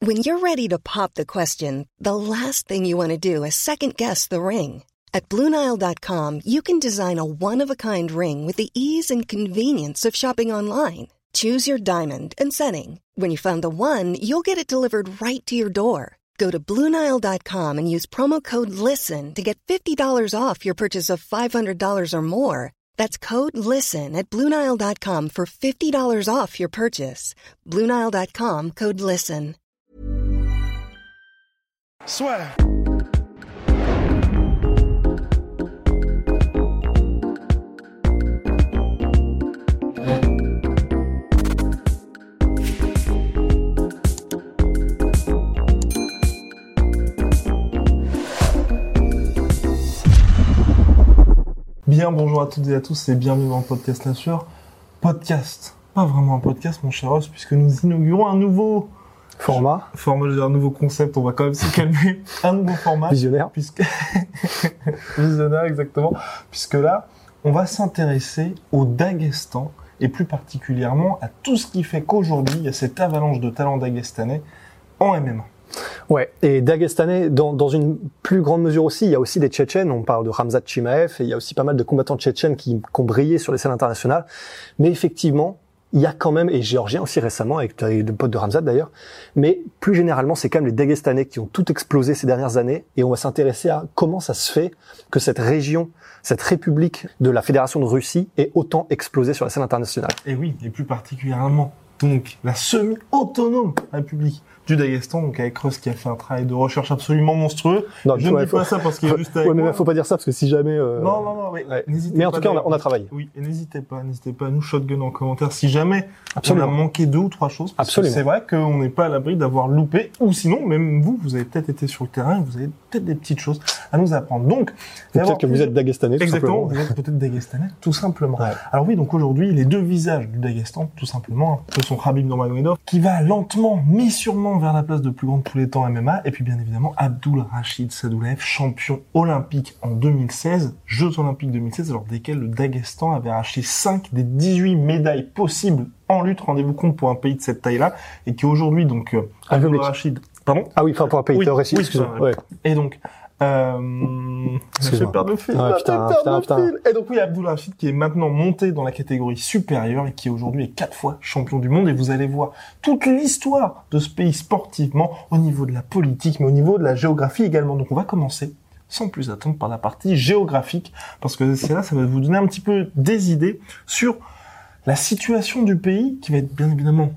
When you're ready to pop the question, the last thing you want to do is second-guess the ring. At BlueNile.com, you can design a one-of-a-kind ring with the ease and convenience of shopping online. Choose your diamond and setting. When you find the one, you'll get it delivered right to your door. Go to BlueNile.com and use promo code LISTEN to get $50 off your purchase of $500 or more. That's code LISTEN at BlueNile.com for $50 off your purchase. BlueNile.com, code LISTEN. Soit. Bien, bonjour à toutes et à tous et bienvenue dans le podcast Nature. Podcast, pas vraiment un podcast mon cher Ross, puisque nous inaugurons un nouveau format, un nouveau concept, on va quand même se calmer, un nouveau format. Visionnaire. Visionnaire, exactement. Puisque là, on va s'intéresser au Daghestan et plus particulièrement à tout ce qui fait qu'aujourd'hui, il y a cette avalanche de talents daguestanais en MMA. Ouais, et Dagestanais, dans une plus grande mesure aussi, il y a aussi des Tchétchènes, on parle de Khamzat Chimaev, et il y a aussi pas mal de combattants tchétchènes qui ont brillé sur les scènes internationales, mais effectivement, il y a quand même, et géorgiens aussi récemment, avec des potes de Khamzat d'ailleurs, mais plus généralement, c'est quand même les Dagestanais qui ont tout explosé ces dernières années, et on va s'intéresser à comment ça se fait que cette région, cette république de la Fédération de Russie est autant explosée sur la scène internationale. Et oui, et plus particulièrement, donc, la semi-autonome république du Daghestan, donc avec Russ qui a fait un travail de recherche absolument monstrueux. Non, je ne dis pas ça parce qu'il est juste avec moi. Mais faut pas dire ça parce que si jamais... Non, ouais. N'hésitez mais en pas tout cas, on a travaillé. Oui, et n'hésitez pas à nous shotgun en commentaire si jamais Absolument. on a manqué 2 ou 3 choses. Parce Absolument. que c'est vrai qu'on n'est pas à l'abri d'avoir loupé, ou sinon, même vous avez peut-être été sur le terrain, vous avez peut-être des petites choses à nous apprendre. Donc, peut-être que vous êtes Dagestanais, tout exactement, simplement. vous êtes peut-être Dagestanais, tout simplement. Ouais. Alors oui, donc aujourd'hui, les 2 visages du Daghestan, tout simplement, ce sont Khabib Nurmagomedov, qui va lentement, mais sûrement vers la place de plus grande de tous les temps MMA, et puis bien évidemment, Abdulrashid Sadullaev, champion olympique en 2016, Jeux Olympiques 2016, lors desquels le Daghestan avait arraché 5 des 18 médailles possibles en lutte, rendez-vous compte, pour un pays de cette taille-là, et qui aujourd'hui, donc, Abdulrashid... Pardon ? Ah oui, enfin, pour un pays de Russie, excusez-moi. Ouais. Et donc, j'ai peur de fil. Et donc oui, Abdulrashid qui est maintenant monté dans la catégorie supérieure et qui aujourd'hui est 4 fois champion du monde. Et vous allez voir toute l'histoire de ce pays sportivement, au niveau de la politique, mais au niveau de la géographie également. Donc on va commencer sans plus attendre par la partie géographique, parce que c'est là, ça va vous donner un petit peu des idées sur la situation du pays, qui va être bien évidemment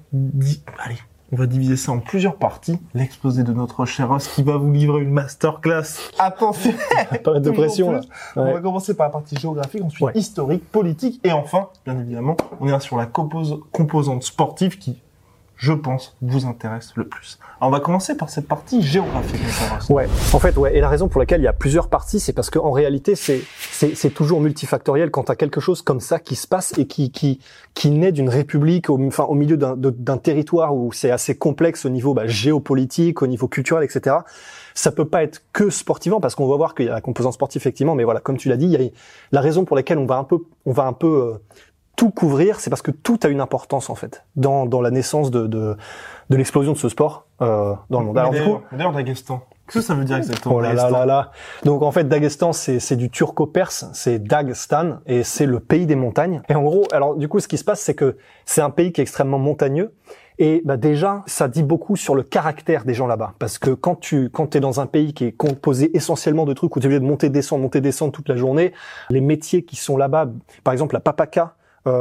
on va diviser ça en plusieurs parties. L'exposé de notre cher Ross qui va vous livrer une masterclass. Attention, pas mettre de pression là. Ouais. On va commencer par la partie géographique, ensuite historique, politique, et enfin, bien évidemment, on ira sur la composante sportive qui, je pense, vous intéresse le plus. Alors, on va commencer par cette partie géographique, mon cher Ross. Ouais. En fait, ouais. Et la raison pour laquelle il y a plusieurs parties, c'est parce que en réalité, c'est toujours multifactoriel quand t'as quelque chose comme ça qui se passe et qui naît d'une république, au milieu d'un territoire où c'est assez complexe au niveau géopolitique, au niveau culturel, etc. Ça peut pas être que sportivement, parce qu'on va voir qu'il y a la composante sportive effectivement, mais voilà, comme tu l'as dit, il y a la raison pour laquelle on va un peu tout couvrir, c'est parce que tout a une importance en fait dans la naissance de l'explosion de ce sport dans le monde. Alors d'ailleurs, Daghestan, qu'est-ce que ça veut dire exactement? Oh là. Donc en fait, Daghestan, c'est du turco-perse, c'est Daghstan, et c'est le pays des montagnes. Et en gros, alors du coup, ce qui se passe, c'est que c'est un pays qui est extrêmement montagneux. Et déjà, ça dit beaucoup sur le caractère des gens là-bas, parce que quand t'es dans un pays qui est composé essentiellement de trucs où t'es obligé de monter, descendre toute la journée, les métiers qui sont là-bas, par exemple la papaka,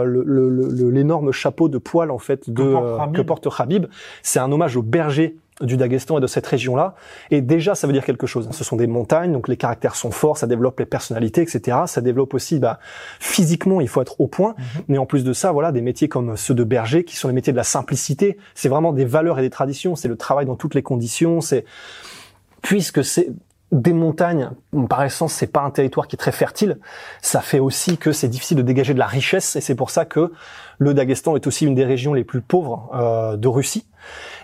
l'énorme chapeau de poil en fait que porte Khabib, c'est un hommage aux bergers du Daghestan et de cette région-là. Et déjà, ça veut dire quelque chose. Ce sont des montagnes, donc les caractères sont forts, ça développe les personnalités, etc. Ça développe aussi, physiquement, il faut être au point. Mais en plus de ça, voilà, des métiers comme ceux de berger, qui sont les métiers de la simplicité. C'est vraiment des valeurs et des traditions. C'est le travail dans toutes les conditions. Puisque c'est des montagnes, par essence, c'est pas un territoire qui est très fertile. Ça fait aussi que c'est difficile de dégager de la richesse, et c'est pour ça que le Daghestan est aussi une des régions les plus pauvres de Russie.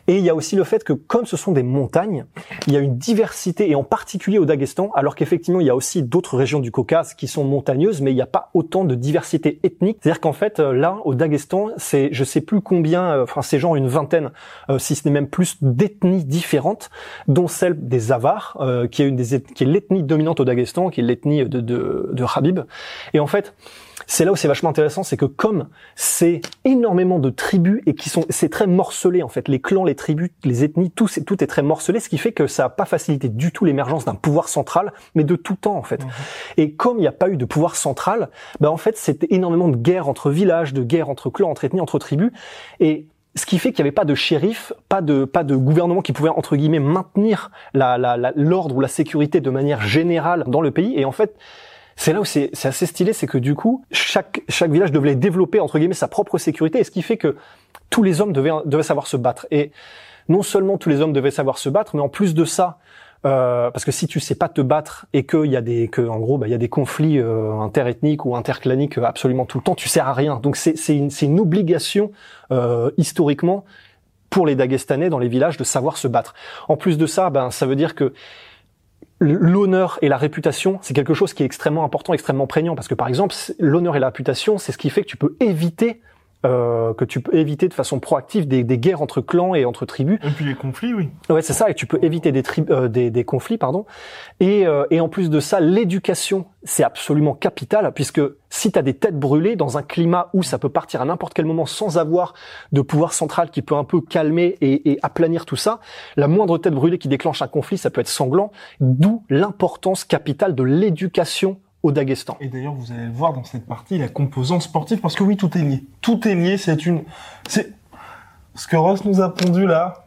Et il y a aussi le fait que comme ce sont des montagnes, il y a une diversité, et en particulier au Daghestan, alors qu'effectivement il y a aussi d'autres régions du Caucase qui sont montagneuses, mais il n'y a pas autant de diversité ethnique. C'est-à-dire qu'en fait, là, au Daghestan, c'est, je sais plus combien, c'est genre une vingtaine, si ce n'est même plus, d'ethnies différentes, dont celle des Avars, qui est l'ethnie dominante au Daghestan, qui est l'ethnie de Habib. Et en fait, c'est là où c'est vachement intéressant, c'est que comme c'est énormément de tribus et c'est très morcelé en fait, les clans, les tribus, les ethnies, tout est très morcelé, ce qui fait que ça n'a pas facilité du tout l'émergence d'un pouvoir central, mais de tout temps en fait. Et comme il n'y a pas eu de pouvoir central, en fait c'était énormément de guerres entre villages, de guerres entre clans, entre ethnies, entre tribus, et ce qui fait qu'il n'y avait pas de shérif, pas de gouvernement qui pouvait entre guillemets maintenir l'ordre ou la sécurité de manière générale dans le pays. Et en fait, c'est là où c'est assez stylé, c'est que du coup, chaque village devait développer entre guillemets sa propre sécurité, et ce qui fait que tous les hommes devaient savoir se battre. Et non seulement tous les hommes devaient savoir se battre, mais en plus de ça, parce que si tu sais pas te battre et qu'il y a il y a des conflits interethniques ou interclaniques absolument tout le temps, tu sers à rien. Donc c'est une obligation historiquement pour les Daguestanais dans les villages de savoir se battre. En plus de ça, ça veut dire que l'honneur et la réputation, c'est quelque chose qui est extrêmement important, extrêmement prégnant, parce que par exemple, l'honneur et la réputation, c'est ce qui fait que tu peux éviter de façon proactive des guerres entre clans et entre tribus. Et puis les conflits, oui. Ouais, c'est ça, et tu peux éviter des conflits, pardon. Et en plus de ça, l'éducation, c'est absolument capital, puisque si t'as des têtes brûlées dans un climat où ça peut partir à n'importe quel moment sans avoir de pouvoir central qui peut un peu calmer et aplanir tout ça, la moindre tête brûlée qui déclenche un conflit, ça peut être sanglant, d'où l'importance capitale de l'éducation au Daghestan. Et d'ailleurs, vous allez le voir dans cette partie, la composante sportive, parce que oui, tout est lié. Tout est lié, c'est ce que Ross nous a pondu là.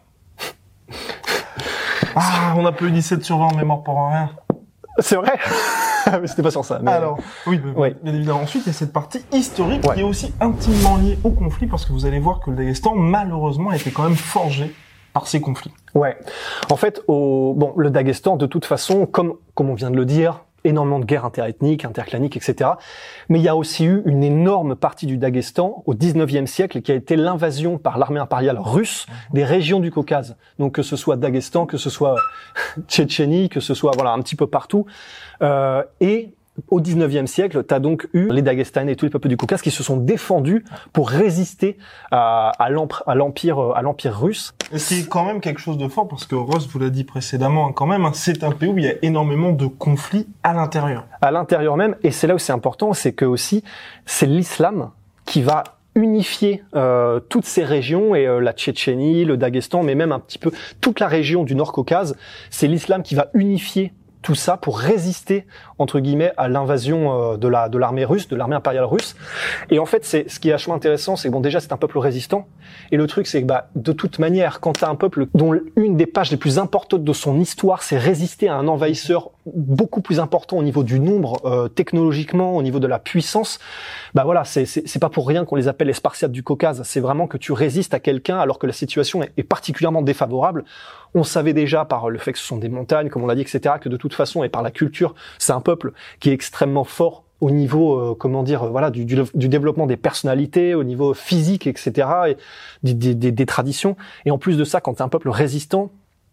On a pas eu 17 sur 20 en mémoire pour rien. C'est vrai. Mais c'était pas sur ça. Mais... Alors, oui, bien évidemment. Ensuite, il y a cette partie historique qui est aussi intimement liée au conflit, parce que vous allez voir que le Daghestan, malheureusement, a été quand même forgé par ces conflits. Ouais. En fait, le Daghestan, de toute façon, comme on vient de le dire, énormément de guerres interethniques, interclaniques, etc. Mais il y a aussi eu une énorme partie du Daghestan au 19e siècle qui a été l'invasion par l'armée impériale russe des régions du Caucase. Donc que ce soit Daghestan, que ce soit Tchétchénie, que ce soit un petit peu partout. Et au 19e siècle, tu as donc eu les Daghestaniens et tous les peuples du Caucase qui se sont défendus pour résister à l'empire russe. Et c'est quand même quelque chose de fort, parce que Ross vous l'a dit précédemment, quand même, c'est un pays où il y a énormément de conflits à l'intérieur. À l'intérieur même, et c'est là où c'est important, c'est que aussi, c'est l'islam qui va unifier toutes ces régions, et la Tchétchénie, le Daghestan, mais même un petit peu toute la région du Nord-Caucase, c'est l'islam qui va unifier tout ça pour résister entre guillemets à l'invasion de l'armée russe, de l'armée impériale russe. Et en fait, ce qui est vachement intéressant, c'est que déjà c'est un peuple résistant. Et le truc, c'est que de toute manière, quand t'as un peuple dont une des pages les plus importantes de son histoire, c'est résister à un envahisseur beaucoup plus important au niveau du nombre, technologiquement, au niveau de la puissance, c'est pas pour rien qu'on les appelle les Spartiates du Caucase. C'est vraiment que tu résistes à quelqu'un alors que la situation est particulièrement défavorable. On savait déjà par le fait que ce sont des montagnes, comme on l'a dit, etc., que de toute façon, et par la culture, c'est un peuple qui est extrêmement fort au niveau, du développement des personnalités, au niveau physique, etc., et des traditions. Et en plus de ça, quand t'es un peuple résistant,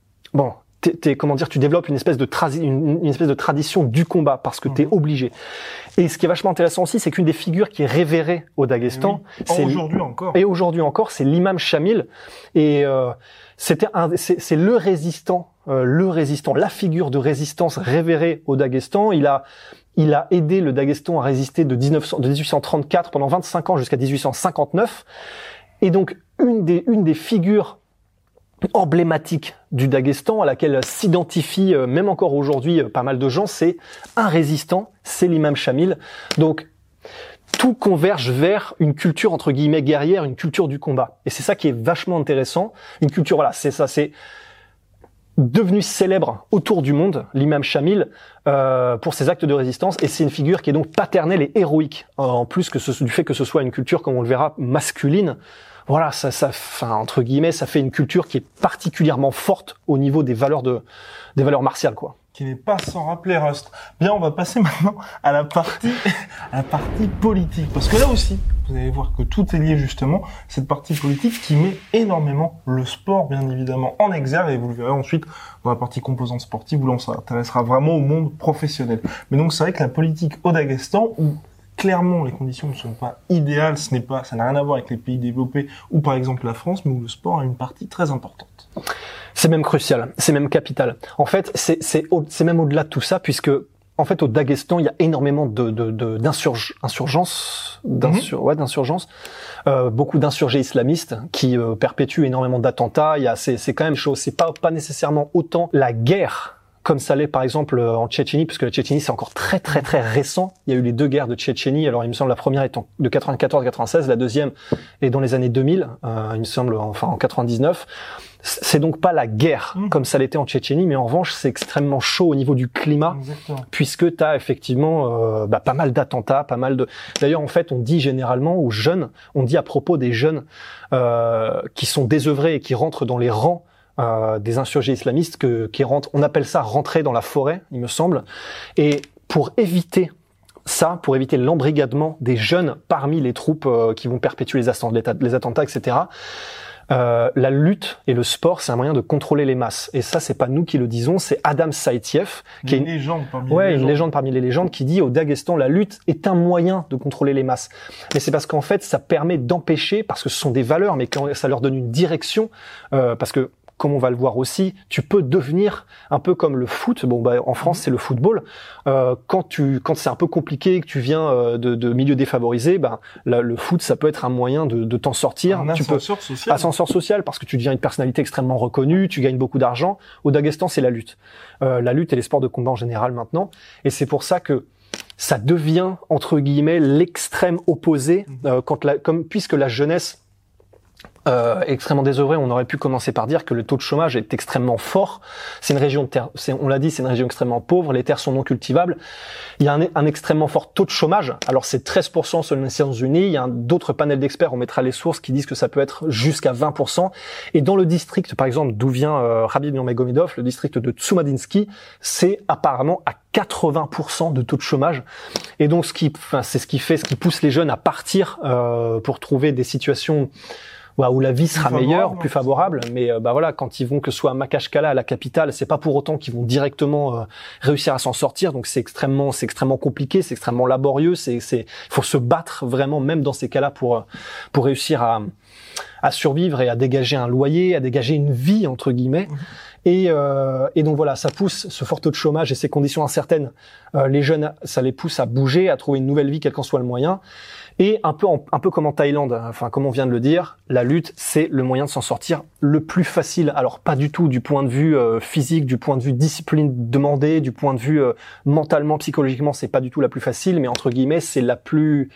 tu développes une espèce de tradition du combat, parce que t'es obligé. Et ce qui est vachement intéressant aussi, c'est qu'une des figures qui est révérée au Daghestan, aujourd'hui encore, c'est l'imam Shamil. Et c'est le résistant, la figure de résistance révérée au Daghestan. Il a aidé le Daghestan à résister de 1834 pendant 25 ans jusqu'à 1859. Et donc, une des figures emblématique du Daghestan à laquelle s'identifient même encore aujourd'hui pas mal de gens, c'est un résistant, c'est l'imam Shamil. Donc tout converge vers une culture entre guillemets guerrière, une culture du combat. Et c'est ça qui est vachement intéressant. Une culture, c'est devenu célèbre autour du monde, l'imam Shamil, pour ses actes de résistance, et c'est une figure qui est donc paternelle et héroïque, en plus du fait que ce soit une culture, comme on le verra, masculine. Voilà, entre guillemets, ça fait une culture qui est particulièrement forte au niveau des valeurs martiales, quoi. Qui n'est pas sans rappeler Rust. Bien, on va passer maintenant à la partie politique. Parce que là aussi, vous allez voir que tout est lié justement, cette partie politique qui met énormément le sport, bien évidemment, en exergue, et vous le verrez ensuite dans la partie composante sportive, où l'on s'intéressera vraiment au monde professionnel. Mais donc c'est vrai que la politique au Daghestan, où clairement les conditions ne sont pas idéales, ça n'a rien à voir avec les pays développés, ou par exemple la France, mais où le sport a une partie très importante. C'est même crucial, c'est même capital. En fait, c'est même au-delà de tout ça, puisque en fait, au Daghestan, il y a énormément d'insurgences, beaucoup d'insurgés islamistes qui perpétuent énormément d'attentats. C'est quand même chaud. C'est pas nécessairement autant la guerre comme ça l'est par exemple en Tchétchénie, puisque la Tchétchénie c'est encore très très très récent. Il y a eu les deux guerres de Tchétchénie. Alors il me semble la première est de 94-96, la deuxième est dans les années 2000, il me semble enfin en 99. C'est donc pas la guerre comme ça l'était en Tchétchénie, mais en revanche c'est extrêmement chaud au niveau du climat. Exactement. Puisque t'as effectivement pas mal d'attentats, D'ailleurs en fait on dit généralement aux jeunes, on dit à propos des jeunes qui sont désœuvrés et qui rentrent dans les rangs des insurgés islamistes qui rentrent, on appelle ça rentrer dans la forêt, il me semble. Et pour éviter ça, pour éviter l'embrigadement des jeunes parmi les troupes qui vont perpétuer les attentats, etc., la lutte et le sport, c'est un moyen de contrôler les masses. Et ça, c'est pas nous qui le disons, c'est Adam Saïtiev, qui est une légende parmi les légendes, qui dit au Daghestan, la lutte est un moyen de contrôler les masses. Mais c'est parce qu'en fait, ça permet d'empêcher, parce que ce sont des valeurs, mais quand ça leur donne une direction, parce que comme on va le voir aussi, tu peux devenir un peu comme le foot. Bon, en France, c'est le football. Quand c'est un peu compliqué, que tu viens de milieux défavorisés, le foot, ça peut être un moyen de t'en sortir. Ascenseur social, parce que tu deviens une personnalité extrêmement reconnue, tu gagnes beaucoup d'argent. Au Daghestan, c'est la lutte. La lutte et les sports de combat en général maintenant. Et c'est pour ça que ça devient, entre guillemets, l'extrême opposé, puisque la jeunesse extrêmement désœuvrée, on aurait pu commencer par dire que le taux de chômage est extrêmement fort. C'est une région de terre, on l'a dit, c'est une région extrêmement pauvre, les terres sont non cultivables. Il y a un extrêmement fort taux de chômage. Alors c'est 13% selon les Nations Unies. Il y a d'autres panels d'experts, on mettra les sources, qui disent que ça peut être jusqu'à 20%. Et dans le district, par exemple, d'où vient Rabib Nurmagomedov, le district de Tsumadinsky, c'est apparemment à 80% de taux de chômage. Et donc ce qui pousse les jeunes à partir pour trouver des situations où la vie sera meilleure, plus favorable, mais quand ils vont que ce soit à Makachkala, à la capitale, c'est pas pour autant qu'ils vont directement réussir à s'en sortir. Donc c'est extrêmement compliqué, c'est extrêmement laborieux, il faut se battre vraiment, même dans ces cas-là, pour réussir à survivre et à dégager un loyer, à dégager une vie entre guillemets. Et donc voilà, ça pousse ce fort taux de chômage et ces conditions incertaines. Les jeunes, ça les pousse à bouger, à trouver une nouvelle vie, quel qu'en soit le moyen. Et un peu comme en Thaïlande, enfin comme on vient de le dire, la lutte, c'est le moyen de s'en sortir le plus facile. Alors pas du tout du point de vue physique, du point de vue discipline demandée, du point de vue mentalement, psychologiquement, c'est pas du tout la plus facile, mais entre guillemets, c'est la plus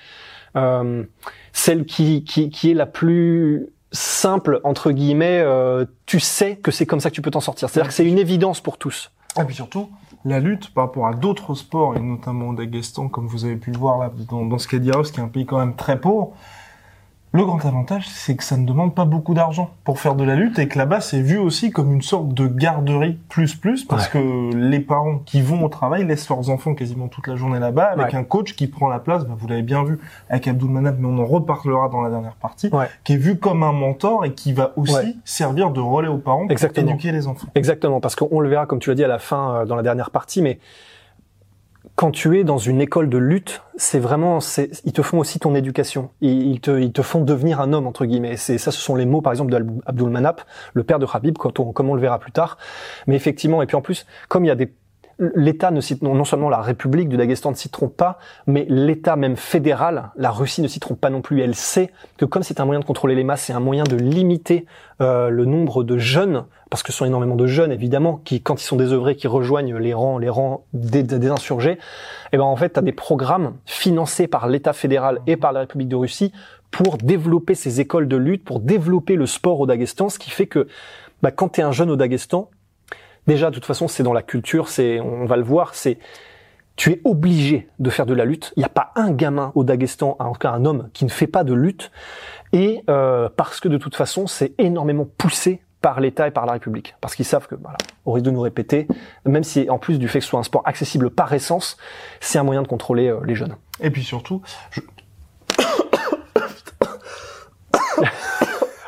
celle qui est la plus simple entre guillemets. Tu sais que c'est comme ça que tu peux t'en sortir. C'est-à-dire que c'est une évidence pour tous. Et puis surtout, la lutte par rapport à d'autres sports, et notamment au Daghestan, comme vous avez pu le voir là dans ce Kadyrov, qui est un pays quand même très pauvre, le grand avantage, c'est que ça ne demande pas beaucoup d'argent pour faire de la lutte, et que là-bas, c'est vu aussi comme une sorte de garderie plus, parce que les parents qui vont au travail laissent leurs enfants quasiment toute la journée là-bas, avec un coach qui prend la place, vous l'avez bien vu avec Abdulmanap, mais on en reparlera dans la dernière partie, qui est vu comme un mentor et qui va aussi servir de relais aux parents pour éduquer les enfants. Exactement, parce qu'on le verra, comme tu l'as dit à la fin, dans la dernière partie, mais quand tu es dans une école de lutte, ils te font aussi ton éducation. Ils te font devenir un homme, entre guillemets. Ce sont les mots, par exemple, d'Abdulmanap, le père de Rabib, comme on le verra plus tard. Mais effectivement, et puis en plus, comme il y a l'État non seulement la République du Daghestan ne s'y trompe pas, mais l'État même fédéral, la Russie ne s'y trompe pas non plus. Elle sait que comme c'est un moyen de contrôler les masses, c'est un moyen de limiter le nombre de jeunes, parce que ce sont énormément de jeunes évidemment qui, quand ils sont désœuvrés, qui rejoignent les rangs des insurgés. Et en fait, tu as des programmes financés par l'État fédéral et par la République de Russie pour développer ces écoles de lutte, pour développer le sport au Daghestan, ce qui fait que quand tu es un jeune au Daghestan, déjà, de toute façon, c'est dans la culture, on va le voir, tu es obligé de faire de la lutte. Il n'y a pas un gamin au Daghestan, en tout cas un homme, qui ne fait pas de lutte. Et parce que de toute façon, c'est énormément poussé par l'État et par la République. Parce qu'ils savent que, au risque de nous répéter, même si en plus du fait que ce soit un sport accessible par essence, c'est un moyen de contrôler les jeunes. Et puis surtout,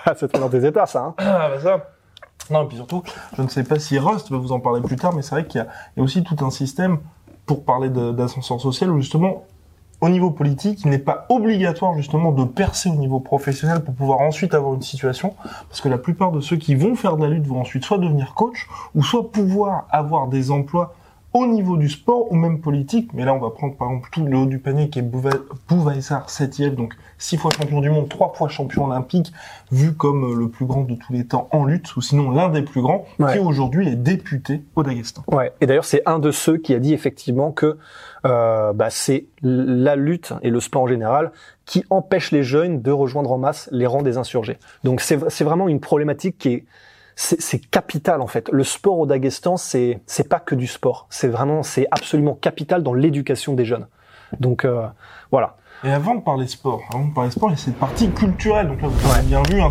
C'est dans tes états, ça. Hein. Ah, bah ça. Non, et puis surtout, je ne sais pas si Rust va vous en parler plus tard, mais c'est vrai qu'il y a aussi tout un système, pour parler d'ascenseur social, où justement, au niveau politique, il n'est pas obligatoire justement de percer au niveau professionnel pour pouvoir ensuite avoir une situation, parce que la plupart de ceux qui vont faire de la lutte vont ensuite soit devenir coach, ou soit pouvoir avoir des emplois au niveau du sport ou même politique. Mais là, on va prendre par exemple tout le haut du panier qui est Bouvaisar Saïtiev, donc 6 fois champion du monde, 3 fois champion olympique, vu comme le plus grand de tous les temps en lutte, ou sinon l'un des plus grands, qui aujourd'hui est député au Daghestan. Ouais. Et d'ailleurs, c'est un de ceux qui a dit effectivement que c'est la lutte et le sport en général qui empêche les jeunes de rejoindre en masse les rangs des insurgés. Donc c'est vraiment une problématique qui est c'est capital en fait. Le sport au Daghestan, c'est pas que du sport. C'est absolument capital dans l'éducation des jeunes. Donc voilà. Et avant de parler sport, il y a cette partie culturelle. Donc là, vous avez bien vu, hein,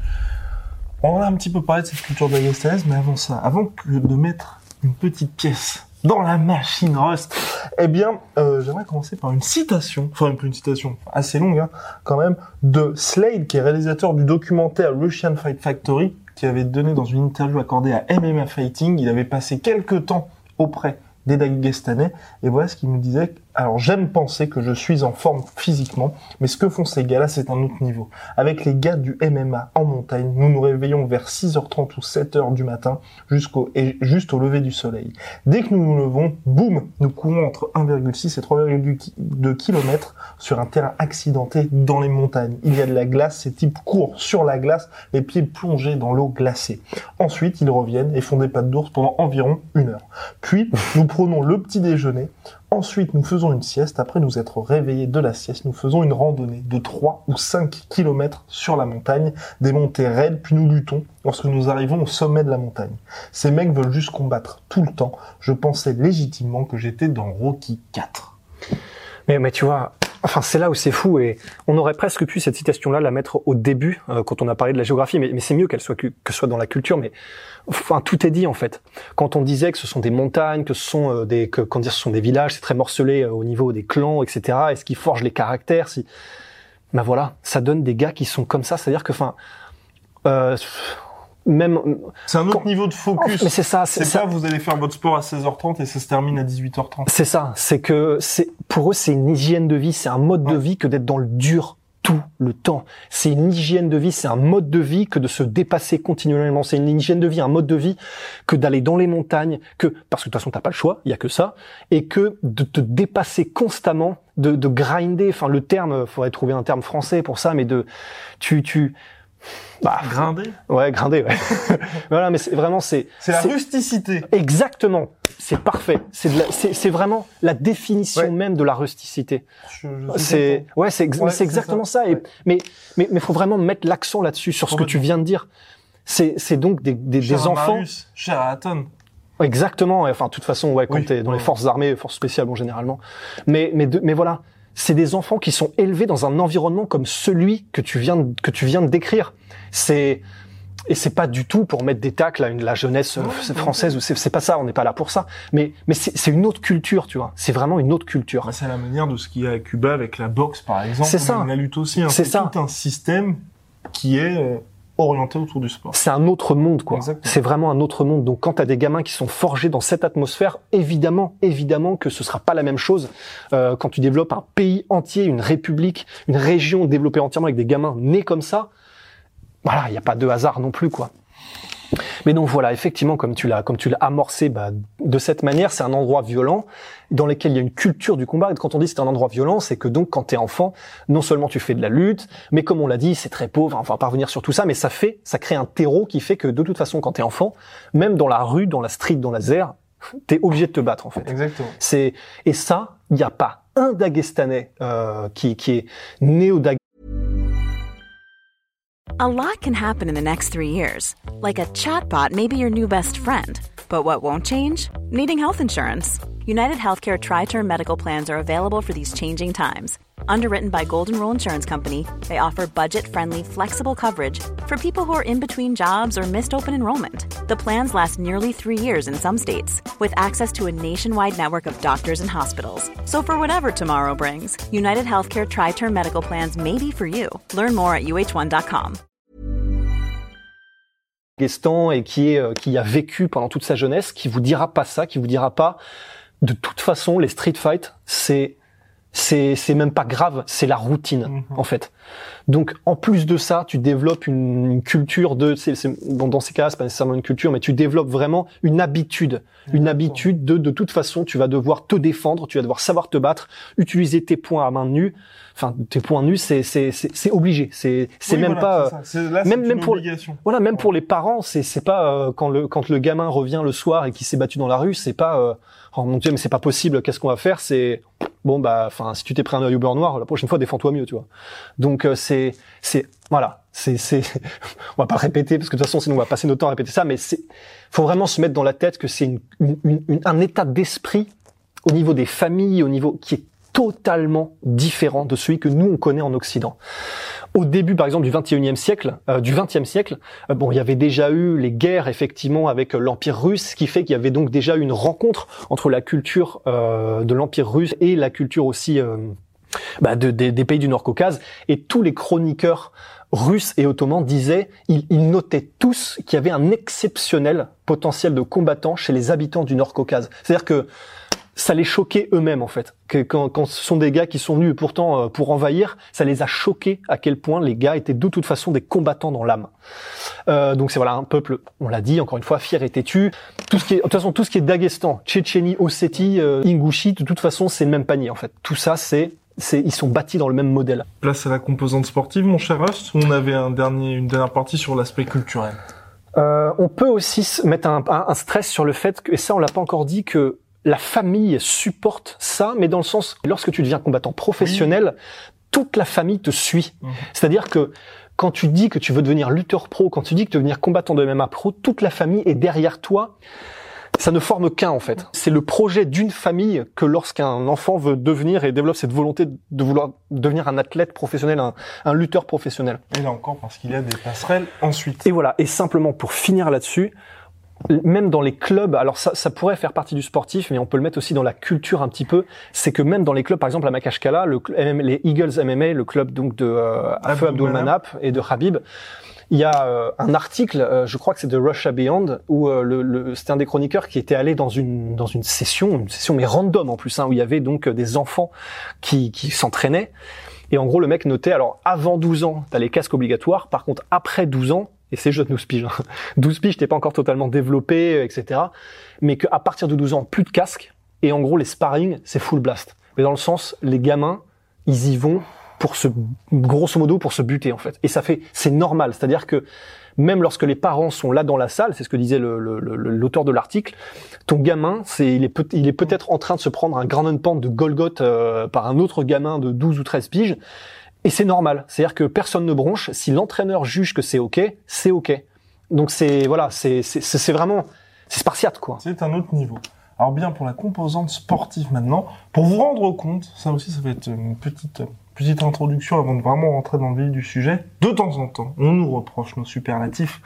on a un petit peu parlé de cette culture daghestanaise, mais avant ça, avant de mettre une petite pièce dans la machine Rust, eh bien, j'aimerais commencer par une citation, assez longue, hein, quand même, de Slade, qui est réalisateur du documentaire Russian Fight Factory, qui avait donné dans une interview accordée à MMA Fighting. Il avait passé quelques temps auprès des Dagestanais, et voilà ce qu'il nous disait. Alors, j'aime penser que je suis en forme physiquement, mais ce que font ces gars-là, c'est un autre niveau. Avec les gars du MMA en montagne, nous nous réveillons vers 6h30 ou 7h du matin, juste au lever du soleil. Dès que nous nous levons, boum, nous courons entre 1,6 et 3,2 km sur un terrain accidenté dans les montagnes. Il y a de la glace, ces types courent sur la glace, les pieds plongés dans l'eau glacée. Ensuite, ils reviennent et font des pattes d'ours pendant environ 1 heure. Puis, nous prenons le petit déjeuner. Ensuite, nous faisons une sieste. Après nous être réveillés de la sieste, nous faisons une randonnée de 3 ou 5 km sur la montagne, des montées raides, puis nous luttons lorsque nous arrivons au sommet de la montagne. Ces mecs veulent juste combattre tout le temps. Je pensais légitimement que j'étais dans Rocky 4. Mais tu vois, enfin c'est là où c'est fou, et on aurait presque pu cette citation-là la mettre au début quand on a parlé de la géographie, mais c'est mieux que ce soit dans la culture. Mais enfin tout est dit en fait. Quand on disait que ce sont des montagnes, que ce sont ce sont des villages, c'est très morcelé au niveau des clans, etc. Et ce qui forge les caractères, ben voilà, ça donne des gars qui sont comme ça. C'est-à-dire que même c'est un autre niveau de focus. Mais c'est ça, c'est pas vous allez faire votre sport à 16h30 et ça se termine à 18h30. C'est ça, pour eux c'est une hygiène de vie, c'est un mode de vie que d'être dans le dur tout le temps. C'est une hygiène de vie, c'est un mode de vie que de se dépasser continuellement. C'est une hygiène de vie, un mode de vie que d'aller dans les montagnes, parce que de toute façon t'as pas le choix, il y a que ça, et que de te dépasser constamment, de grinder. Enfin le terme, faudrait trouver un terme français pour ça, mais grinder. Ouais, grinder, ouais. Voilà, mais c'est vraiment, c'est la rusticité. Exactement. C'est parfait. C'est vraiment la définition même de la rusticité. C'est exactement ça. Et, mais faut vraiment mettre l'accent là-dessus, sur ce que tu viens de dire. C'est donc des enfants. Sheraton. Exactement. Enfin, de toute façon, quand t'es dans les forces armées, forces spéciales, bon, généralement. Mais voilà. C'est des enfants qui sont élevés dans un environnement comme celui que tu viens de décrire. Et c'est pas du tout pour mettre des tacles à la jeunesse française, ou c'est pas ça, on n'est pas là pour ça. Mais c'est une autre culture, tu vois. C'est vraiment une autre culture. C'est à la manière de ce qu'il y a à Cuba avec la boxe, par exemple. C'est ça. La lutte aussi. C'est tout un système qui est orienté autour du sport. C'est un autre monde, quoi. Exactement. C'est vraiment un autre monde. Donc, quand t'as des gamins qui sont forgés dans cette atmosphère, évidemment que ce sera pas la même chose quand tu développes un pays entier, une république, une région développée entièrement avec des gamins nés comme ça. Voilà, il y a pas de hasard non plus, quoi. Mais donc voilà, effectivement, comme tu l'as amorcé, de cette manière, c'est un endroit violent dans lequel il y a une culture du combat. Et quand on dit c'est un endroit violent, c'est que donc quand t'es enfant, non seulement tu fais de la lutte, mais comme on l'a dit, c'est très pauvre. Enfin, on va pas revenir sur tout ça, mais ça crée un terreau qui fait que de toute façon, quand t'es enfant, même dans la rue, dans la street, dans la ZER, t'es obligé de te battre en fait. Exactement. Et ça, il n'y a pas un Dagestanais qui est né au Daghestan. A lot can happen in the next 3 years. Like a chatbot may be your new best friend. But what won't change? Needing health insurance. United Healthcare Tri-Term Medical Plans are available for these changing times. Underwritten by Golden Rule Insurance Company, they offer budget-friendly, flexible coverage for people who are in between jobs or missed open enrollment. The plans last nearly 3 years in some states, with access to a nationwide network of doctors and hospitals. So for whatever tomorrow brings, United Healthcare Tri-Term Medical Plans may be for you. Learn more at uh1.com. Daghestan et qui a vécu pendant toute sa jeunesse, qui vous dira pas ça, qui vous dira pas de toute façon les street fights c'est même pas grave, c'est la routine en fait. Donc en plus de ça, tu développes une culture bon, dans ces cas, c'est pas nécessairement une culture, mais tu développes vraiment une habitude de toute façon, tu vas devoir te défendre, tu vas devoir savoir te battre, utiliser tes poings à main nue. Enfin, tes poings nus, c'est obligé. C'est même pas même pour même pour les parents, c'est pas quand le gamin revient le soir et qu'il s'est battu dans la rue, c'est pas oh mon Dieu, mais c'est pas possible, qu'est-ce qu'on va faire? C'est bon bah enfin si tu t'es pris un œil au beurre noir, la prochaine fois défends-toi mieux, tu vois. Donc voilà, on va pas répéter parce que de toute façon sinon on va passer notre temps à répéter ça, mais faut vraiment se mettre dans la tête que c'est un état d'esprit au niveau des familles, au niveau qui est totalement différent de celui que nous on connaît en Occident. Au début, par exemple, du XXe siècle, bon, il y avait déjà eu les guerres effectivement avec l'Empire russe, ce qui fait qu'il y avait donc déjà eu une rencontre entre la culture de l'Empire russe et la culture aussi des pays du Nord-Caucase. Et tous les chroniqueurs russes et ottomans disaient, ils notaient tous qu'il y avait un exceptionnel potentiel de combattants chez les habitants du Nord-Caucase. C'est-à-dire que ça les choquait eux-mêmes en fait. Que quand ce sont des gars qui sont venus et pourtant pour envahir, ça les a choqués à quel point les gars étaient de toute façon des combattants dans l'âme. Donc c'est voilà un peuple, on l'a dit encore une fois, fier et têtu. De toute façon tout ce qui est Daghestan, Tchétchénie, Ossétie, Ingouchie, de toute façon c'est le même panier en fait. Tout ça ils sont bâtis dans le même modèle. Place à la composante sportive, mon cher Rust. On avait une dernière partie sur l'aspect culturel. On peut aussi mettre un stress sur le fait que, et ça on l'a pas encore dit, que la famille supporte ça, mais dans le sens, lorsque tu deviens combattant professionnel, toute la famille te suit. C'est-à-dire que quand tu dis que tu veux devenir lutteur pro, quand tu dis que tu veux devenir combattant de MMA pro, toute la famille est derrière toi. Ça ne forme qu'un, en fait. C'est le projet d'une famille que lorsqu'un enfant veut devenir et développe cette volonté de vouloir devenir un athlète professionnel, un lutteur professionnel. Et là encore, parce qu'il y a des passerelles ensuite. Et voilà. Et simplement, pour finir là-dessus, même dans les clubs, alors ça pourrait faire partie du sportif, mais on peut le mettre aussi dans la culture un petit peu, c'est que même dans les clubs, par exemple à Makashkala, les Eagles MMA, le club donc de Afeu Abdulmanap et de Khabib, il y a un article, je crois que c'est de Russia Beyond, où c'était un des chroniqueurs qui était allé dans une session mais random en plus, où il y avait donc des enfants qui s'entraînaient, et en gros le mec notait, alors avant 12 ans, t'as les casques obligatoires, par contre après 12 ans, et c'est juste 12 piges. 12 piges, t'es pas encore totalement développé, etc. Mais qu'à partir de 12 ans, plus de casque. Et en gros, les sparring, c'est full blast. Mais dans le sens, les gamins, ils y vont grosso modo, pour se buter, en fait. Et c'est normal. C'est-à-dire que même lorsque les parents sont là dans la salle, c'est ce que disait l'auteur de l'article, ton gamin, il est peut-être en train de se prendre un ground and pound de Golgoth par un autre gamin de 12 ou 13 piges. Et c'est normal, c'est-à-dire que personne ne bronche. Si l'entraîneur juge que c'est ok, c'est ok. Donc c'est vraiment, c'est spartiate quoi. C'est un autre niveau. Alors bien pour la composante sportive maintenant, pour vous rendre compte, ça aussi ça va être une petite introduction avant de vraiment rentrer dans le vif du sujet. De temps en temps, on nous reproche nos superlatifs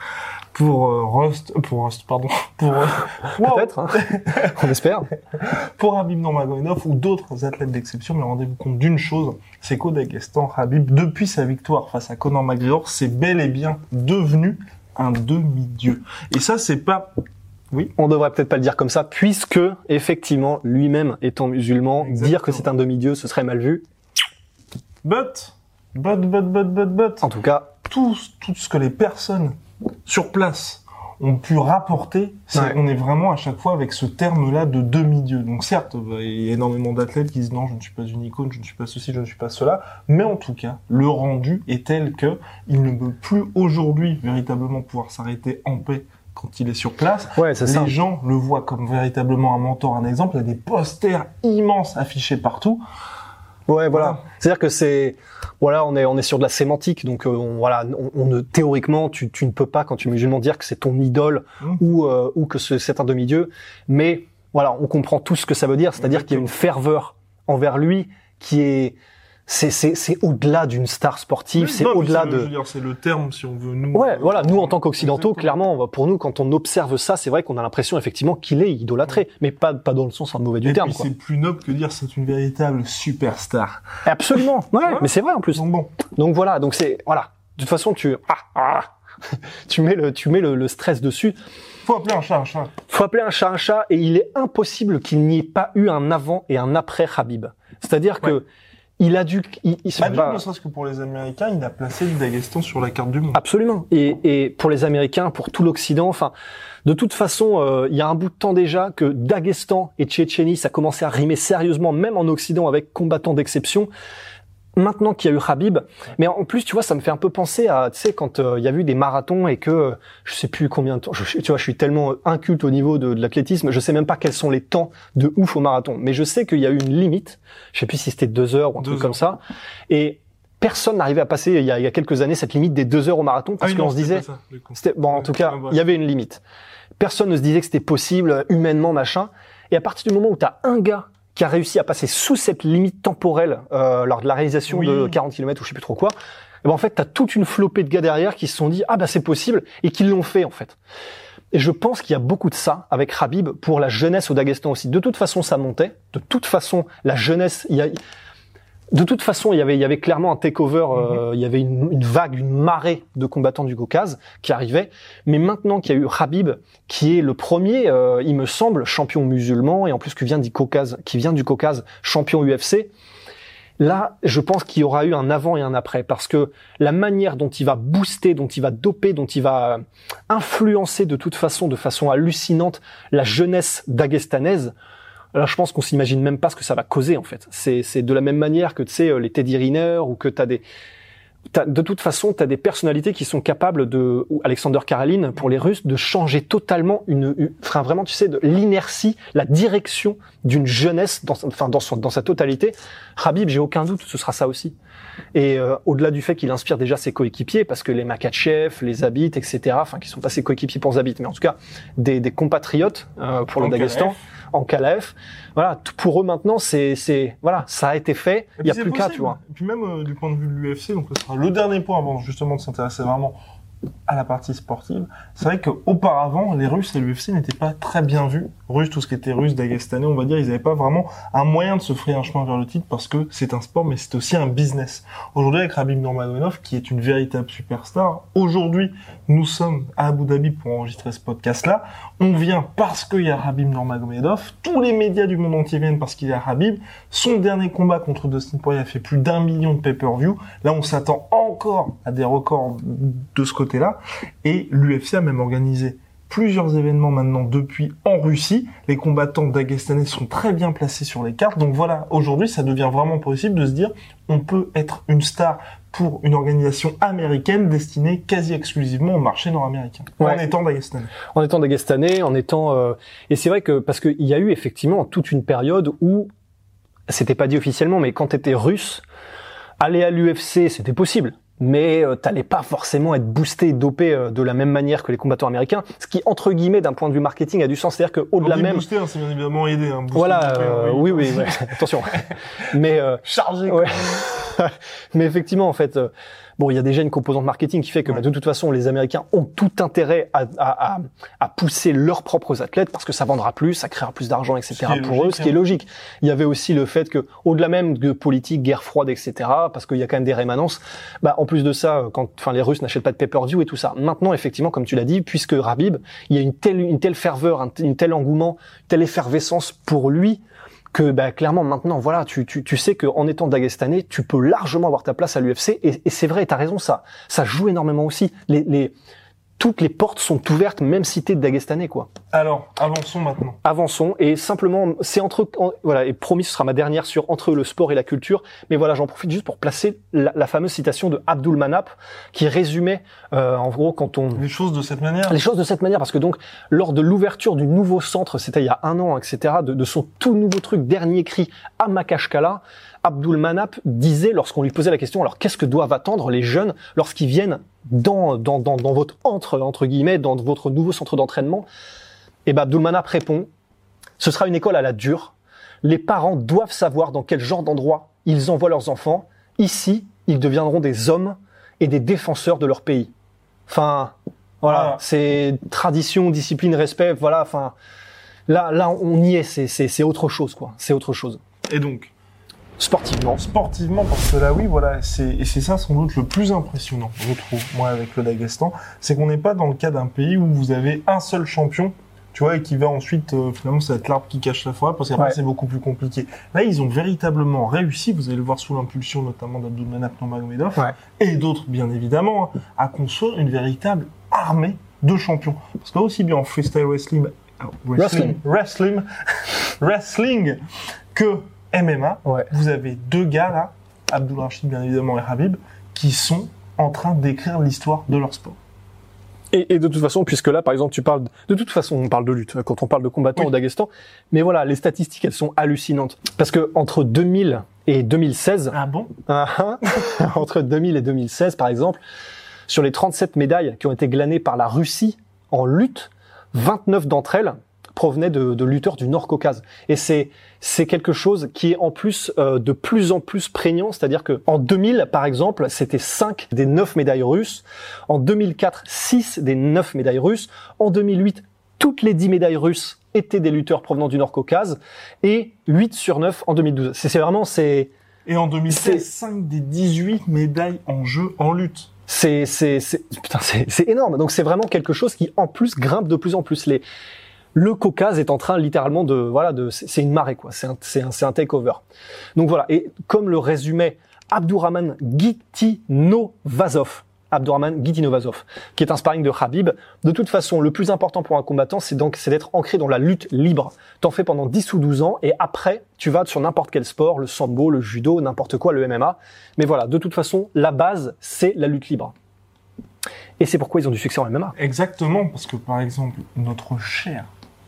peut-être, on espère. Pour Khabib Nurmagomedov ou d'autres athlètes d'exception, mais rendez-vous compte d'une chose, c'est qu'au Daghestan, Khabib, depuis sa victoire face à Conor McGregor, c'est bel et bien devenu un demi-dieu. Et ça, c'est pas... Oui. On devrait peut-être pas le dire comme ça, puisque, effectivement, lui-même étant musulman, exactement, dire que c'est un demi-dieu, ce serait mal vu. But. En tout cas, tout ce que les personnes sur place ont pu rapporter, on est vraiment à chaque fois avec ce terme-là de demi-dieu. Donc certes, il y a énormément d'athlètes qui disent non, je ne suis pas une icône, je ne suis pas ceci, je ne suis pas cela, mais en tout cas, le rendu est tel que il ne peut plus aujourd'hui véritablement pouvoir s'arrêter en paix quand il est sur place. Ouais, c'est ça. Les gens le voient comme véritablement un mentor, un exemple. Il y a des posters immenses affichés partout. Ouais, voilà. C'est-à-dire que on est sur de la sémantique, donc théoriquement, tu ne peux pas, quand tu es musulman, dire que c'est ton idole ou que c'est un demi-dieu, mais voilà, on comprend tout ce que ça veut dire, c'est-à-dire qu'il y a une ferveur envers lui qui est c'est au-delà d'une star sportive, c'est au-delà de... Je veux dire, c'est le terme, si on veut, nous... Ouais, voilà, nous, en tant qu'occidentaux, clairement, pour nous, quand on observe ça, c'est vrai qu'on a l'impression, effectivement, qu'il est idolâtré, mais pas dans le sens mauvais du terme, quoi. Et puis, c'est plus noble que dire c'est une véritable superstar. Absolument, ouais, mais c'est vrai, en plus. Donc bon. Donc voilà, donc c'est... Voilà. De toute façon, tu mets le stress dessus. Faut appeler un chat un chat. Faut appeler un chat, et il est impossible qu'il n'y ait pas eu un avant et un après Khabib. C'est-à-dire que il a dû, il se ne serait-ce que pour les Américains, il a placé le Daghestan sur la carte du monde. Absolument. Et pour les Américains, pour tout l'Occident, enfin, de toute façon, il y a un bout de temps déjà que Daghestan et Tchétchénie, ça commençait à rimer sérieusement, même en Occident, avec combattants d'exception. Maintenant qu'il y a eu Khabib, mais en plus, tu vois, ça me fait un peu penser à, tu sais, quand il y a eu des marathons et que je sais plus combien de temps, tu vois, je suis tellement inculte au niveau de l'athlétisme, je sais même pas quels sont les temps de ouf au marathon, mais je sais qu'il y a eu une limite, je sais plus si c'était 2 heures ou un truc comme ça, et personne n'arrivait à passer il y a quelques années cette limite des 2 heures au marathon parce qu'on se disait, en tout cas, il y avait une limite. Personne ne se disait que c'était possible humainement, machin, et à partir du moment où t'as un gars qui a réussi à passer sous cette limite temporelle lors de la réalisation de 40 km ou je sais plus trop quoi, et ben en fait, t'as toute une flopée de gars derrière qui se sont dit « Ah bah c'est possible » et qui l'ont fait en fait. Et je pense qu'il y a beaucoup de ça avec Khabib pour la jeunesse au Daghestan aussi. De toute façon, ça montait. De toute façon, la jeunesse... De toute façon, il y avait clairement un takeover, il y avait une vague, une marée de combattants du Caucase qui arrivait. Mais maintenant qu'il y a eu Khabib, qui est le premier, il me semble, champion musulman et en plus qui vient du Caucase, champion UFC. Là, je pense qu'il y aura eu un avant et un après parce que la manière dont il va booster, dont il va doper, dont il va influencer de façon hallucinante la jeunesse daghestanaise. Là, je pense qu'on s'imagine même pas ce que ça va causer, en fait. C'est de la même manière que, tu sais, les Teddy Riner, ou que de toute façon, t'as des personnalités qui sont capables ou Alexander Karelin, pour les Russes, de changer totalement vraiment, tu sais, de l'inertie, la direction d'une jeunesse dans sa totalité. Khabib, j'ai aucun doute, ce sera ça aussi. Et au-delà du fait qu'il inspire déjà ses coéquipiers, parce que les Makhachev, les Zabit, etc., enfin, qui sont pas ses coéquipiers pour Zabit, mais en tout cas, des compatriotes, pour le Daghestan. En KLF. Voilà, pour eux maintenant, voilà, ça a été fait, il y a plus qu'à, tu vois. Et puis même du point de vue de l'UFC, donc ce sera le dernier point avant justement de s'intéresser vraiment à la partie sportive. C'est vrai qu'auparavant, les Russes et l'UFC n'étaient pas très bien vus. Russes, tout ce qui était russe, dagestanais, on va dire, ils n'avaient pas vraiment un moyen de se frayer un chemin vers le titre parce que c'est un sport, mais c'est aussi un business. Aujourd'hui, avec Khabib Nurmagomedov, qui est une véritable superstar, aujourd'hui, nous sommes à Abu Dhabi pour enregistrer ce podcast-là. On vient parce qu'il y a Khabib Nurmagomedov. Tous les médias du monde entier viennent parce qu'il y a Khabib. Son dernier combat contre Dustin Poirier a fait plus d'1 million de pay-per-view. Là, on s'attend encore à des records de ce côté-là. Et l'UFC a même organisé plusieurs événements maintenant depuis en Russie. Les combattants dagestanais sont très bien placés sur les cartes. Donc voilà, aujourd'hui, ça devient vraiment possible de se dire on peut être une star pour une organisation américaine destinée quasi exclusivement au marché nord-américain. Ouais. En étant dagestanais. En étant dagestanais, et c'est vrai que parce qu'il y a eu effectivement toute une période où c'était pas dit officiellement, mais quand t'étais russe, aller à l'UFC, c'était possible. Mais t'allais pas forcément être boosté et dopé de la même manière que les combattants américains, ce qui entre guillemets d'un point de vue marketing a du sens, c'est-à-dire que au-delà même boosté, c'est bien évidemment aidé, voilà, oui, ouais. Attention. Mais chargé. Ouais. Mais effectivement, en fait, bon, il y a déjà une composante marketing qui fait que de toute façon, les Américains ont tout intérêt à pousser leurs propres athlètes parce que ça vendra plus, ça créera plus d'argent, etc. pour eux, ce qui est logique. Il y avait aussi le fait que, au-delà même de politique, guerre froide, etc., parce qu'il y a quand même des rémanences, en plus de ça, les Russes n'achètent pas de pay-per-view et tout ça. Maintenant, effectivement, comme tu l'as dit, puisque Khabib, il y a une telle ferveur, un tel engouement, une telle effervescence pour lui, que clairement maintenant voilà tu sais que en étant dagestanais tu peux largement avoir ta place à l'UFC et c'est vrai, t'as raison, ça joue énormément aussi. Toutes les portes sont ouvertes, même si t'es dagestanais, quoi. Alors, avançons maintenant. Avançons, et simplement, c'est voilà, et promis, ce sera ma dernière sur entre le sport et la culture, mais voilà, j'en profite juste pour placer la fameuse citation de Abdul Manap, qui résumait, en gros, les choses de cette manière. Les choses de cette manière, parce que donc, lors de l'ouverture du nouveau centre, c'était il y a 1 an, etc., de son tout nouveau truc, dernier cri, à Makashkala, Abdul Manap disait, lorsqu'on lui posait la question, alors qu'est-ce que doivent attendre les jeunes lorsqu'ils viennent dans votre entre guillemets, dans votre nouveau centre d'entraînement? Et Abdul Manap répond, ce sera une école à la dure. Les parents doivent savoir dans quel genre d'endroit ils envoient leurs enfants. Ici, ils deviendront des hommes et des défenseurs de leur pays. Enfin, voilà, c'est tradition, discipline, respect, voilà, enfin, là, on y est, c'est autre chose, quoi. C'est autre chose. Et donc, sportivement. Sportivement, parce que là, oui, voilà, c'est ça sans doute le plus impressionnant, je trouve, moi, avec le Daghestan, c'est qu'on n'est pas dans le cas d'un pays où vous avez un seul champion, tu vois, et qui va ensuite, finalement, ça va être l'arbre qui cache la forêt, parce qu'après, c'est beaucoup plus compliqué. Là, ils ont véritablement réussi, vous allez le voir sous l'impulsion notamment d'Abdulmanap Nurmagomedov, et d'autres, bien évidemment, à construire une véritable armée de champions. Parce que aussi bien en freestyle wrestling que MMA, vous avez deux gars là, Abdul Rashid bien évidemment et Khabib, qui sont en train d'écrire l'histoire de leur sport. Et de toute façon, puisque là, par exemple, de toute façon, on parle de lutte quand on parle de combattants au Daghestan, mais voilà, les statistiques, elles sont hallucinantes. Parce que entre 2000 et 2016, entre 2000 et 2016, par exemple, sur les 37 médailles qui ont été glanées par la Russie en lutte, 29 d'entre elles provenaient de lutteurs du Nord-Caucase. Et c'est quelque chose qui est en plus de plus en plus prégnant, c'est-à-dire que en 2000, par exemple, c'était 5 des 9 médailles russes. En 2004, 6 des 9 médailles russes. En 2008, toutes les 10 médailles russes étaient des lutteurs provenant du Nord-Caucase. Et 8 sur 9 en 2012. Et en 2016, 5 des 18 médailles en jeu en lutte. C'est énorme. Donc c'est vraiment quelque chose qui, en plus, grimpe de plus en plus. Le Caucase est en train littéralement c'est une marée, quoi. C'est un takeover. Donc voilà. Et comme le résumait Abdurrahman Gitinovazov, qui est un sparring de Khabib, de toute façon, le plus important pour un combattant, c'est d'être ancré dans la lutte libre. T'en fais pendant 10 ou 12 ans, et après, tu vas sur n'importe quel sport, le sambo, le judo, n'importe quoi, le MMA. Mais voilà, de toute façon, la base, c'est la lutte libre. Et c'est pourquoi ils ont du succès en MMA. Exactement, parce que par exemple, notre cher,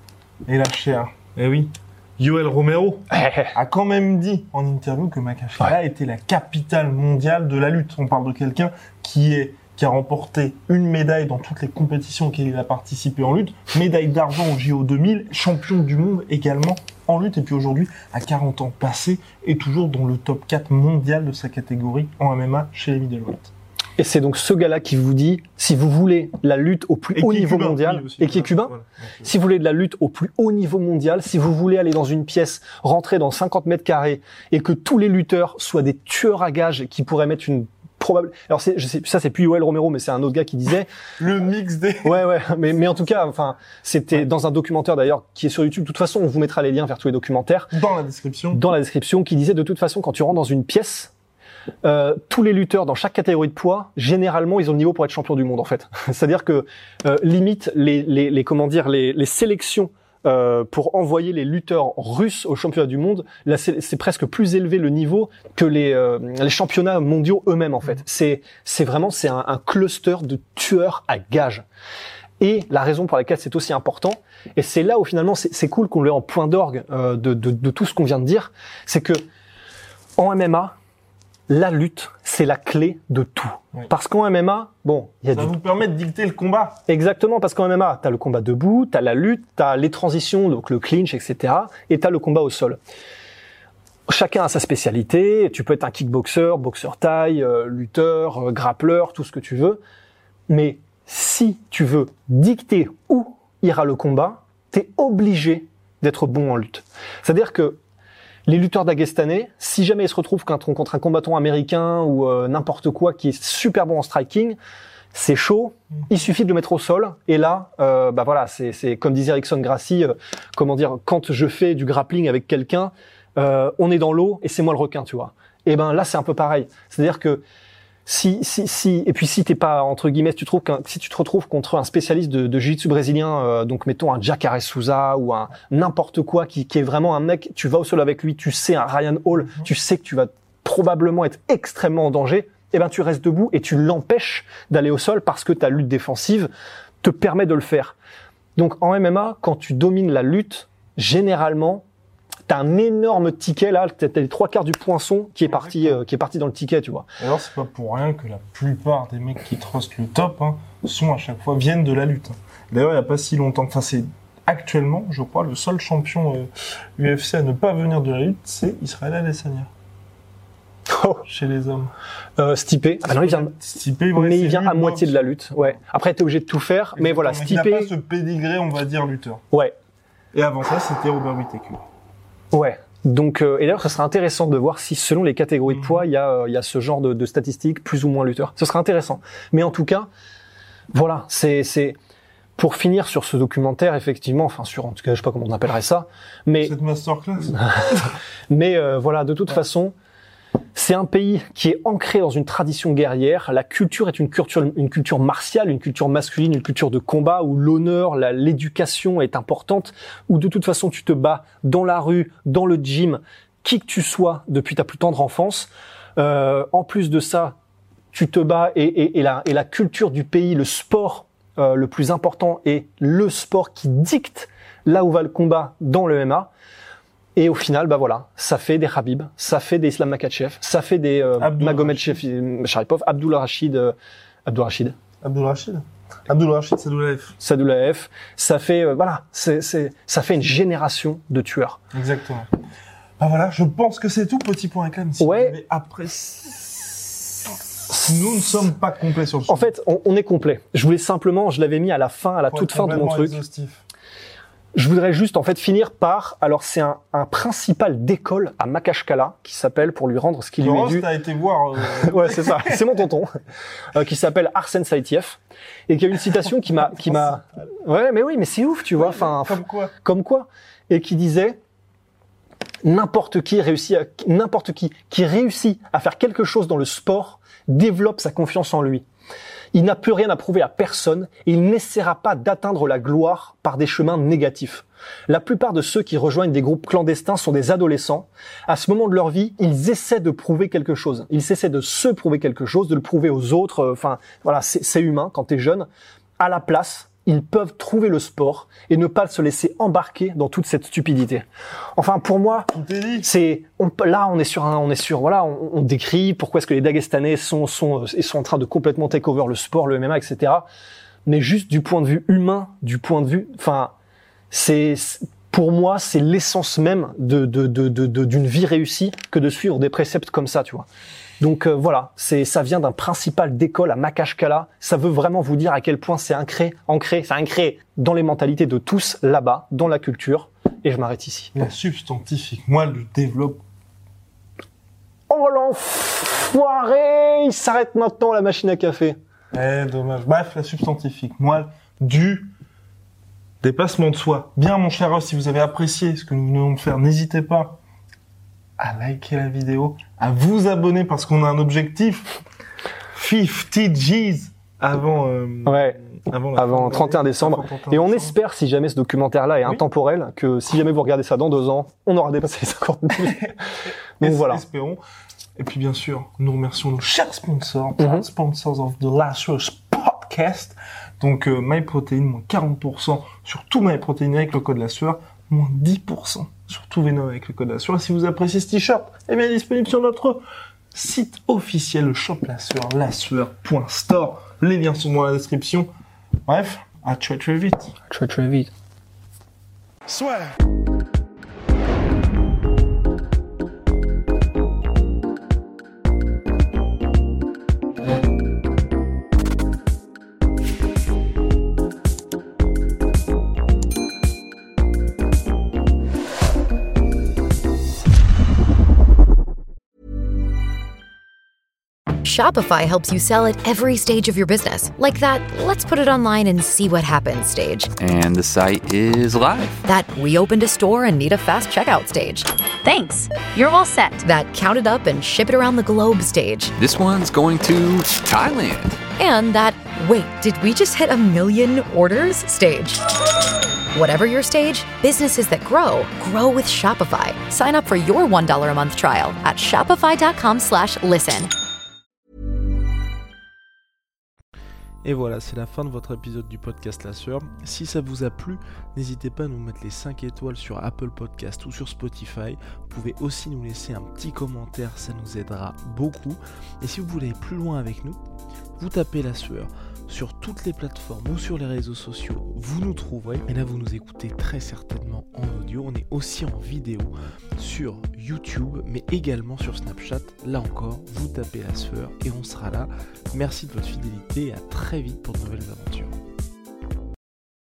Yoel Romero a quand même dit en interview que Makhachev était la capitale mondiale de la lutte. On parle de quelqu'un qui a remporté une médaille dans toutes les compétitions auxquelles il a participé en lutte, médaille d'argent au JO 2000, champion du monde également en lutte, et puis aujourd'hui, à 40 ans passés, est toujours dans le top 4 mondial de sa catégorie en MMA chez les middleweight. Et c'est donc ce gars-là qui vous dit, si vous voulez la lutte au plus haut niveau mondial, et qui est cubain, si vous voulez de la lutte au plus haut niveau mondial, si vous voulez aller dans une pièce, rentrer dans 50 mètres carrés, et que tous les lutteurs soient des tueurs à gages qui pourraient mettre une probable... Alors je sais, ça c'est plus Yoel Romero, mais c'est un autre gars qui disait... Le mix des... mais en tout cas, enfin, c'était dans un documentaire d'ailleurs qui est sur YouTube. De toute façon, on vous mettra les liens vers tous les documentaires. Dans la description, qui disait de toute façon, quand tu rentres dans une pièce, tous les lutteurs dans chaque catégorie de poids, généralement, ils ont le niveau pour être champion du monde, en fait. C'est-à-dire que limite les sélections pour envoyer les lutteurs russes au championnat du monde, là c'est presque plus élevé le niveau que les championnats mondiaux eux-mêmes, en fait. C'est un cluster de tueurs à gages. Et la raison pour laquelle c'est aussi important, et c'est là où finalement c'est cool qu'on l'ait en point d'orgue de tout ce qu'on vient de dire, c'est que en MMA, la lutte, c'est la clé de tout. Oui. Parce qu'en MMA, ça vous permet de dicter le combat. Exactement, parce qu'en MMA, t'as le combat debout, t'as la lutte, t'as les transitions, donc le clinch, etc. Et t'as le combat au sol. Chacun a sa spécialité. Tu peux être un kickboxer, boxeur thaï, lutteur, grappleur, tout ce que tu veux. Mais si tu veux dicter où ira le combat, t'es obligé d'être bon en lutte. C'est-à-dire que les lutteurs daguestanais, si jamais ils se retrouvent contre un combattant américain ou n'importe quoi qui est super bon en striking, c'est chaud. Il suffit de le mettre au sol. Et là, c'est comme disait Rickson Gracie, quand je fais du grappling avec quelqu'un, on est dans l'eau et c'est moi le requin, tu vois. Et là, c'est un peu pareil. C'est-à-dire que si t'es pas, entre guillemets, si tu te retrouves contre un spécialiste de jiu-jitsu brésilien, donc mettons un Jacare Souza ou un n'importe quoi qui est vraiment un mec, tu vas au sol avec lui, tu sais, un Ryan Hall, tu sais que tu vas probablement être extrêmement en danger, tu restes debout et tu l'empêches d'aller au sol parce que ta lutte défensive te permet de le faire. Donc en MMA, quand tu domines la lutte, généralement, t'as un énorme ticket là, t'as les 3/4 du poinçon qui est parti dans le ticket, tu vois. Et alors c'est pas pour rien que la plupart des mecs qui trustent le top sont à chaque fois viennent de la lutte. D'ailleurs il y a pas si longtemps, c'est actuellement, je crois, le seul champion UFC à ne pas venir de la lutte, c'est Israël Adesanya. Chez les hommes. Stipe. Ah non, il vient à moitié de la lutte. Ouais. Après t'es obligé de tout faire, mais voilà, Stipe. Il n'a pas ce pédigré, on va dire, lutteur. Ouais. Et avant ça, c'était Robert Whittaker. Ouais. Donc, et d'ailleurs, ça serait intéressant de voir si, selon les catégories de poids, il y a ce genre de statistiques, plus ou moins lutteurs. Ce serait intéressant. Mais en tout cas, voilà, c'est pour finir sur ce documentaire, effectivement, en tout cas, je sais pas comment on appellerait ça, mais cette masterclass. mais voilà, de toute façon, c'est un pays qui est ancré dans une tradition guerrière. La culture est une culture martiale, une culture masculine, une culture de combat où l'honneur, l'éducation est importante, où de toute façon tu te bats dans la rue, dans le gym, qui que tu sois depuis ta plus tendre enfance. En plus de ça, tu te bats et la culture du pays, le sport le plus important est le sport qui dicte là où va le combat dans le MMA. Et au final, bah voilà, ça fait des Khabib, ça fait des Islam Makhachev, ça fait des Magomed Sharipov, Abdul Rashid Sadoulaev. Ça fait voilà, ça fait une génération de tueurs. Exactement. Bah voilà, je pense que c'est tout. Petit point réclame. Si ouais. Vous avez apprécié. Nous ne sommes pas complets sur le sujet. En fait, on est complet. Je voulais simplement, je l'avais mis à la fin, à la toute fin de mon truc. Exhaustif. Je voudrais juste en fait finir par, alors c'est un principal d'école à Makashkala qui s'appelle, pour lui rendre ce qu'il lui est dû. T'as été voir. Ouais, c'est ça, c'est mon tonton, qui s'appelle Arsen Saïtiev et qui a une citation qui m'a, ouais, mais oui, mais c'est ouf, tu vois, enfin. Comme quoi, et qui disait n'importe qui réussit à faire quelque chose dans le sport développe sa confiance en lui. Il n'a plus rien à prouver à personne et il n'essaiera pas d'atteindre la gloire par des chemins négatifs. La plupart de ceux qui rejoignent des groupes clandestins sont des adolescents. À ce moment de leur vie, ils essaient de prouver quelque chose. Ils essaient de se prouver quelque chose, de le prouver aux autres. Enfin, voilà, c'est humain quand t'es jeune. À la place, ils peuvent trouver le sport et ne pas se laisser embarquer dans toute cette stupidité. Enfin, pour moi, on décrit pourquoi est-ce que les Dagestanais sont en train de complètement take over le sport, le MMA, etc. Mais juste du point de vue humain, enfin, pour moi, c'est l'essence même d'une vie réussie que de suivre des préceptes comme ça, tu vois. Donc voilà, ça vient d'un principal d'école à Makashkala. Ça veut vraiment vous dire à quel point c'est ancré dans les mentalités de tous là-bas, dans la culture. Et je m'arrête ici. La substantifique, moi, le développe. Oh l'enfoiré, il s'arrête maintenant la machine à café. Dommage. Bref, la substantifique, moi, du dépassement de soi. Bien, mon cher Ross, si vous avez apprécié ce que nous venons de faire, n'hésitez pas à liker la vidéo, à vous abonner parce qu'on a un objectif 50 G's avant 31 décembre. Et on espère, si jamais ce documentaire-là est intemporel, que si jamais vous regardez ça dans 2 ans, on aura dépassé les 50 000. Donc voilà. Espérons. Et puis bien sûr, nous remercions nos chers sponsors, sponsors of the Last Word Podcast. Donc MyProtein, moins 40% sur tout MyProtein avec le code La Sueur, moins 10% sur tout Venom avec le code La Sueur. Et si vous appréciez ce t-shirt, eh bien, il est disponible sur notre site officiel, le shop La Sueur, lasueur.store. Les liens sont dans la description. Bref, à très très vite. Swear. Shopify helps you sell at every stage of your business. Like that, let's put it online and see what happens stage. And the site is live. That we opened a store and need a fast checkout stage. Thanks. You're all set. That count it up and ship it around the globe stage. This one's going to Thailand. And that, wait, did we just hit 1 million orders stage? Whatever your stage, businesses that grow with Shopify. Sign up for your $1 a month trial at shopify.com/listen. Et voilà, c'est la fin de votre épisode du podcast La Sueur. Si ça vous a plu, n'hésitez pas à nous mettre les 5 étoiles sur Apple Podcast ou sur Spotify. Vous pouvez aussi nous laisser un petit commentaire, ça nous aidera beaucoup. Et si vous voulez aller plus loin avec nous, vous tapez La Sueur sur toutes les plateformes ou sur les réseaux sociaux, vous nous trouverez. Et là, vous nous écoutez très certainement en audio. On est aussi en vidéo sur YouTube, mais également sur Snapchat. Là encore, vous tapez La Sueur et on sera là. Merci de votre fidélité et à très vite pour de nouvelles aventures.